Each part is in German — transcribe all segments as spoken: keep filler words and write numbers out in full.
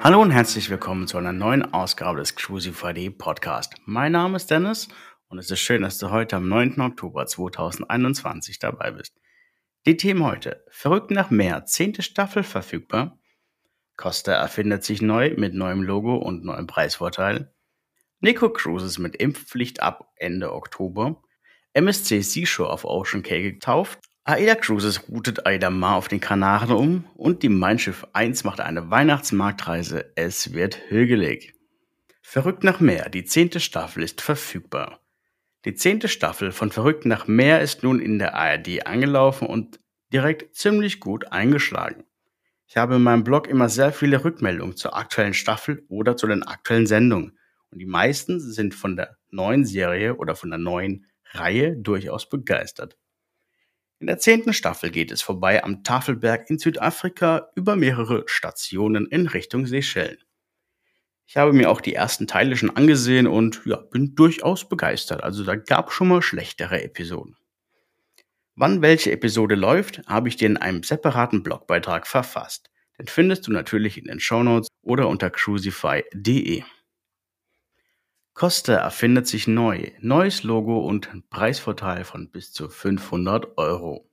Hallo und herzlich willkommen zu einer neuen Ausgabe des Crucify Podcast. Mein Name ist Dennis und es ist schön, dass du heute am neunten Oktober zweitausendeinundzwanzig dabei bist. Die Themen heute: Verrückt nach Meer, zehnte Staffel verfügbar. Costa erfindet sich neu mit neuem Logo und neuem Preisvorteil. Nico Cruises mit Impfpflicht ab Ende Oktober. M S C Seashore auf Ocean Cay getauft. AIDA Cruises routet Aida Mar auf den Kanaren um und die Mein Schiff eins macht eine Weihnachtsmarktreise. Es wird hügelig. Verrückt nach Meer, die zehnte Staffel ist verfügbar. Die zehnte Staffel von Verrückt nach Meer ist nun in der A R D angelaufen und direkt ziemlich gut eingeschlagen. Ich habe in meinem Blog immer sehr viele Rückmeldungen zur aktuellen Staffel oder zu den aktuellen Sendungen. Und die meisten sind von der neuen Serie oder von der neuen Reihe durchaus begeistert. In der zehnten Staffel geht es vorbei am Tafelberg in Südafrika über mehrere Stationen in Richtung Seychellen. Ich habe mir auch die ersten Teile schon angesehen und ja, bin durchaus begeistert. Also da gab schon mal schlechtere Episoden. Wann welche Episode läuft, habe ich dir in einem separaten Blogbeitrag verfasst. Den findest du natürlich in den Shownotes oder unter crucify punkt de. Costa erfindet sich neu. Neues Logo und Preisvorteil von bis zu fünfhundert Euro.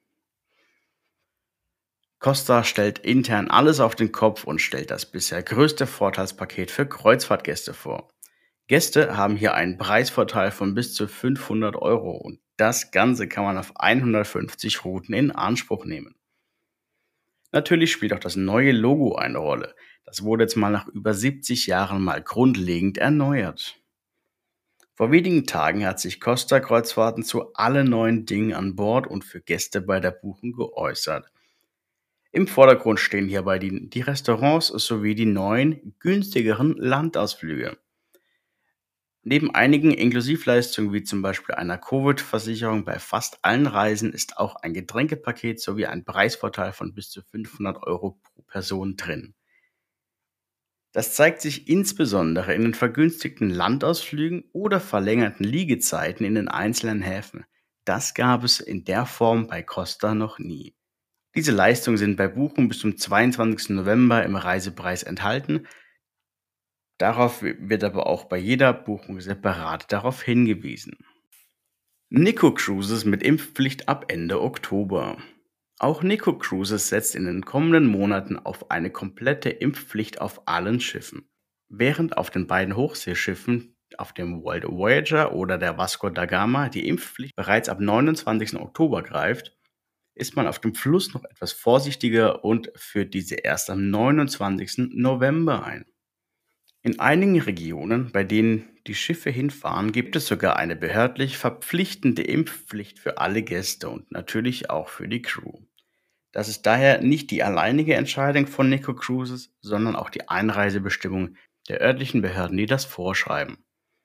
Costa stellt intern alles auf den Kopf und stellt das bisher größte Vorteilspaket für Kreuzfahrtgäste vor. Gäste haben hier einen Preisvorteil von bis zu fünfhundert Euro und das Ganze kann man auf hundertfünfzig Routen in Anspruch nehmen. Natürlich spielt auch das neue Logo eine Rolle. Das wurde jetzt mal nach über siebzig Jahren mal grundlegend erneuert. Vor wenigen Tagen hat sich Costa Kreuzfahrten zu allen neuen Dingen an Bord und für Gäste bei der Buchung geäußert. Im Vordergrund stehen hierbei die, die Restaurants sowie die neuen, günstigeren Landausflüge. Neben einigen Inklusivleistungen wie zum Beispiel einer Covid-Versicherung bei fast allen Reisen ist auch ein Getränkepaket sowie ein Preisvorteil von bis zu fünfhundert Euro pro Person drin. Das zeigt sich insbesondere in den vergünstigten Landausflügen oder verlängerten Liegezeiten in den einzelnen Häfen. Das gab es in der Form bei Costa noch nie. Diese Leistungen sind bei Buchung bis zum zweiundzwanzigsten November im Reisepreis enthalten. Darauf wird aber auch bei jeder Buchung separat darauf hingewiesen. Nico Cruises mit Impfpflicht ab Ende Oktober. Auch Nico Cruises setzt in den kommenden Monaten auf eine komplette Impfpflicht auf allen Schiffen. Während auf den beiden Hochseeschiffen, auf dem World Voyager oder der Vasco da Gama, die Impfpflicht bereits ab neunundzwanzigsten Oktober greift, ist man auf dem Fluss noch etwas vorsichtiger und führt diese erst am neunundzwanzigsten November ein. In einigen Regionen, bei denen die Schiffe hinfahren, gibt es sogar eine behördlich verpflichtende Impfpflicht für alle Gäste und natürlich auch für die Crew. Das ist daher nicht die alleinige Entscheidung von Nico Cruises, sondern auch die Einreisebestimmung der örtlichen Behörden, die das vorschreiben.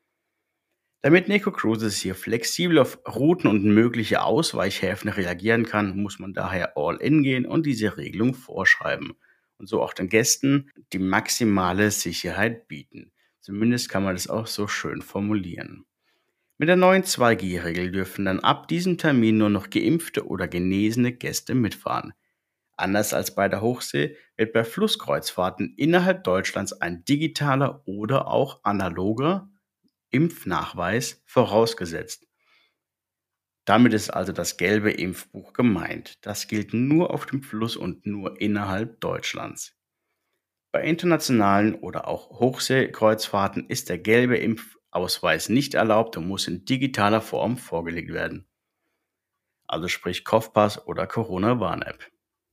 Damit Nico Cruises hier flexibel auf Routen und mögliche Ausweichhäfen reagieren kann, muss man daher all in gehen und diese Regelung vorschreiben und so auch den Gästen die maximale Sicherheit bieten. Zumindest kann man das auch so schön formulieren. Mit der neuen zwei G Regel dürfen dann ab diesem Termin nur noch geimpfte oder genesene Gäste mitfahren. Anders als bei der Hochsee wird bei Flusskreuzfahrten innerhalb Deutschlands ein digitaler oder auch analoger Impfnachweis vorausgesetzt. Damit ist also das gelbe Impfbuch gemeint. Das gilt nur auf dem Fluss und nur innerhalb Deutschlands. Bei internationalen oder auch Hochseekreuzfahrten ist der gelbe Impfausweis nicht erlaubt und muss in digitaler Form vorgelegt werden. Also sprich Kopfpass oder Corona-Warn-App.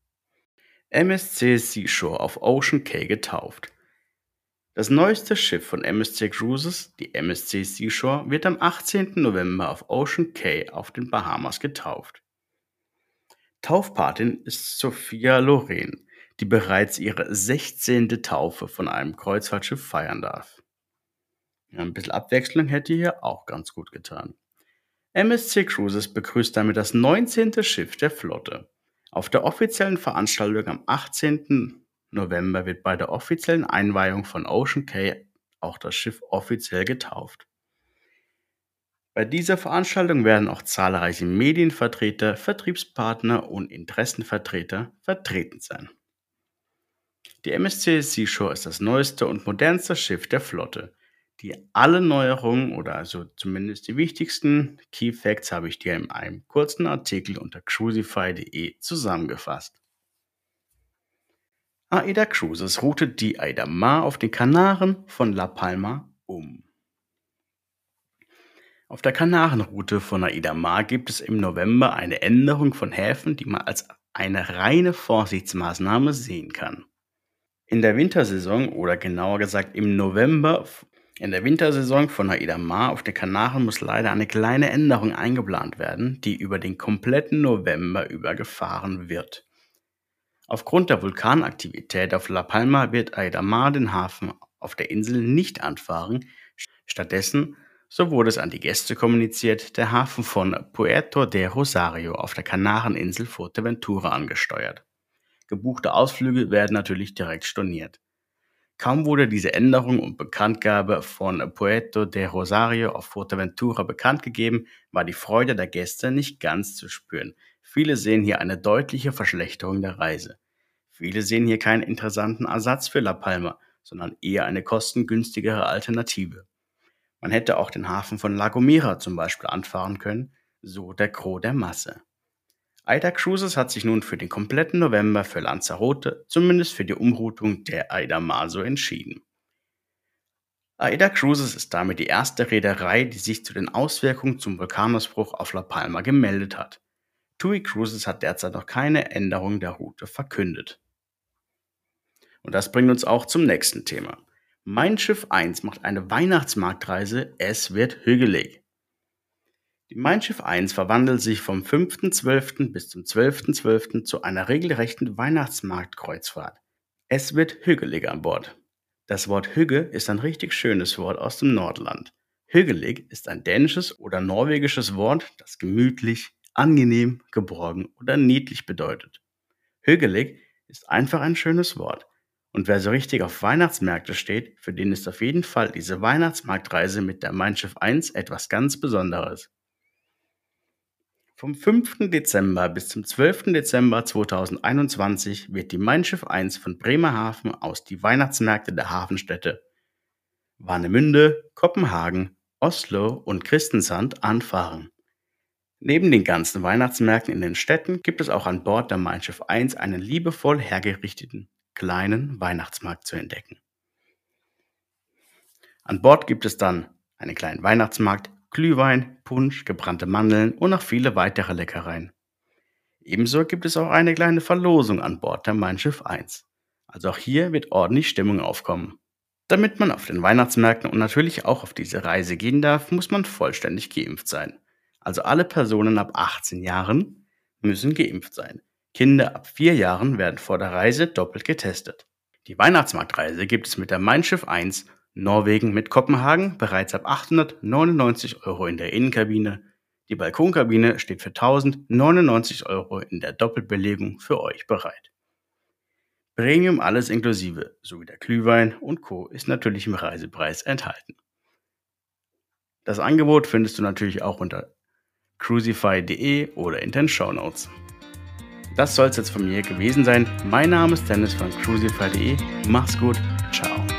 M S C Seashore auf Ocean Cay getauft. Das neueste Schiff von M S C Cruises, die M S C Seashore, wird am achtzehnten November auf Ocean Cay auf den Bahamas getauft. Taufpatin ist Sophia Loren, die bereits ihre sechzehnte Taufe von einem Kreuzfahrtschiff feiern darf. Ja, ein bisschen Abwechslung hätte hier auch ganz gut getan. M S C Cruises begrüßt damit das neunzehnte Schiff der Flotte. Auf der offiziellen Veranstaltung am achtzehnten November wird bei der offiziellen Einweihung von Ocean Cay auch das Schiff offiziell getauft. Bei dieser Veranstaltung werden auch zahlreiche Medienvertreter, Vertriebspartner und Interessenvertreter vertreten sein. Die M S C Seashore ist das neueste und modernste Schiff der Flotte. Die alle Neuerungen oder also zumindest die wichtigsten Key Facts habe ich dir in einem kurzen Artikel unter cruisify punkt de zusammengefasst. AIDA Cruises routet die Aida Mar auf den Kanaren von La Palma um. Auf der Kanarenroute von Aida Mar gibt es im November eine Änderung von Häfen, die man als eine reine Vorsichtsmaßnahme sehen kann. In der Wintersaison oder genauer gesagt im November in der Wintersaison von Aida Mar auf den Kanaren muss leider eine kleine Änderung eingeplant werden, die über den kompletten November über gefahren wird. Aufgrund der Vulkanaktivität auf La Palma wird Aida Mar den Hafen auf der Insel nicht anfahren. Stattdessen, so wurde es an die Gäste kommuniziert, der Hafen von Puerto de Rosario auf der Kanareninsel Fuerteventura angesteuert. Gebuchte Ausflüge werden natürlich direkt storniert. Kaum wurde diese Änderung und Bekanntgabe von Puerto de Rosario auf Fuerteventura bekannt gegeben, war die Freude der Gäste nicht ganz zu spüren. Viele sehen hier eine deutliche Verschlechterung der Reise. Viele sehen hier keinen interessanten Ersatz für La Palma, sondern eher eine kostengünstigere Alternative. Man hätte auch den Hafen von La Gomera zum Beispiel anfahren können, so der Gros der Masse. AIDA Cruises hat sich nun für den kompletten November für Lanzarote, zumindest für die Umroutung der Aida Mar so entschieden. AIDA Cruises ist damit die erste Reederei, die sich zu den Auswirkungen zum Vulkanausbruch auf La Palma gemeldet hat. T U I Cruises hat derzeit noch keine Änderung der Route verkündet. Und das bringt uns auch zum nächsten Thema. Mein Schiff eins macht eine Weihnachtsmarktreise, es wird hügelig. Die Mein Schiff eins verwandelt sich vom fünften zwölften bis zum zwölften zwölften zu einer regelrechten Weihnachtsmarktkreuzfahrt. Es wird hügelig an Bord. Das Wort Hügge ist ein richtig schönes Wort aus dem Nordland. Hügelig ist ein dänisches oder norwegisches Wort, das gemütlich, angenehm, geborgen oder niedlich bedeutet. Hügelig ist einfach ein schönes Wort. Und wer so richtig auf Weihnachtsmärkte steht, für den ist auf jeden Fall diese Weihnachtsmarktreise mit der Mein Schiff eins etwas ganz Besonderes. Vom fünften Dezember bis zum zwölften Dezember zweitausendeinundzwanzig wird die Mein Schiff eins von Bremerhaven aus die Weihnachtsmärkte der Hafenstädte Warnemünde, Kopenhagen, Oslo und Kristiansand anfahren. Neben den ganzen Weihnachtsmärkten in den Städten gibt es auch an Bord der Mein Schiff eins einen liebevoll hergerichteten kleinen Weihnachtsmarkt zu entdecken. An Bord gibt es dann einen kleinen Weihnachtsmarkt, Glühwein, Punsch, gebrannte Mandeln und noch viele weitere Leckereien. Ebenso gibt es auch eine kleine Verlosung an Bord der Mein Schiff eins. Also auch hier wird ordentlich Stimmung aufkommen. Damit man auf den Weihnachtsmärkten und natürlich auch auf diese Reise gehen darf, muss man vollständig geimpft sein. Also alle Personen ab achtzehn Jahren müssen geimpft sein. Kinder ab vier Jahren werden vor der Reise doppelt getestet. Die Weihnachtsmarktreise gibt es mit der Mein Schiff eins Norwegen mit Kopenhagen bereits ab achthundertneunundneunzig Euro in der Innenkabine. Die Balkonkabine steht für tausendneunundneunzig Euro in der Doppelbelegung für euch bereit. Premium alles inklusive, sowie der Glühwein und Co. ist natürlich im Reisepreis enthalten. Das Angebot findest du natürlich auch unter cruisify punkt de oder in den Shownotes. Das soll es jetzt von mir gewesen sein. Mein Name ist Dennis von cruisify punkt de. Mach's gut, ciao.